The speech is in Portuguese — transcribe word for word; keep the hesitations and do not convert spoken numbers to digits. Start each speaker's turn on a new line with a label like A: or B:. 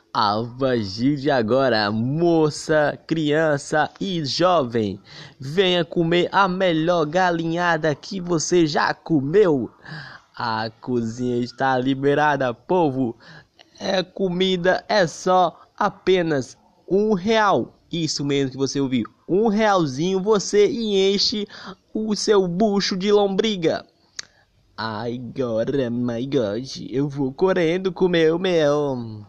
A: A partir de agora, moça, criança e jovem, venha comer a melhor galinhada que você já comeu. A cozinha está liberada, povo. É comida, é só apenas um real. Isso mesmo que você ouviu. Um realzinho você enche o seu bucho de lombriga. Agora, my God, eu vou correndo comer o meu.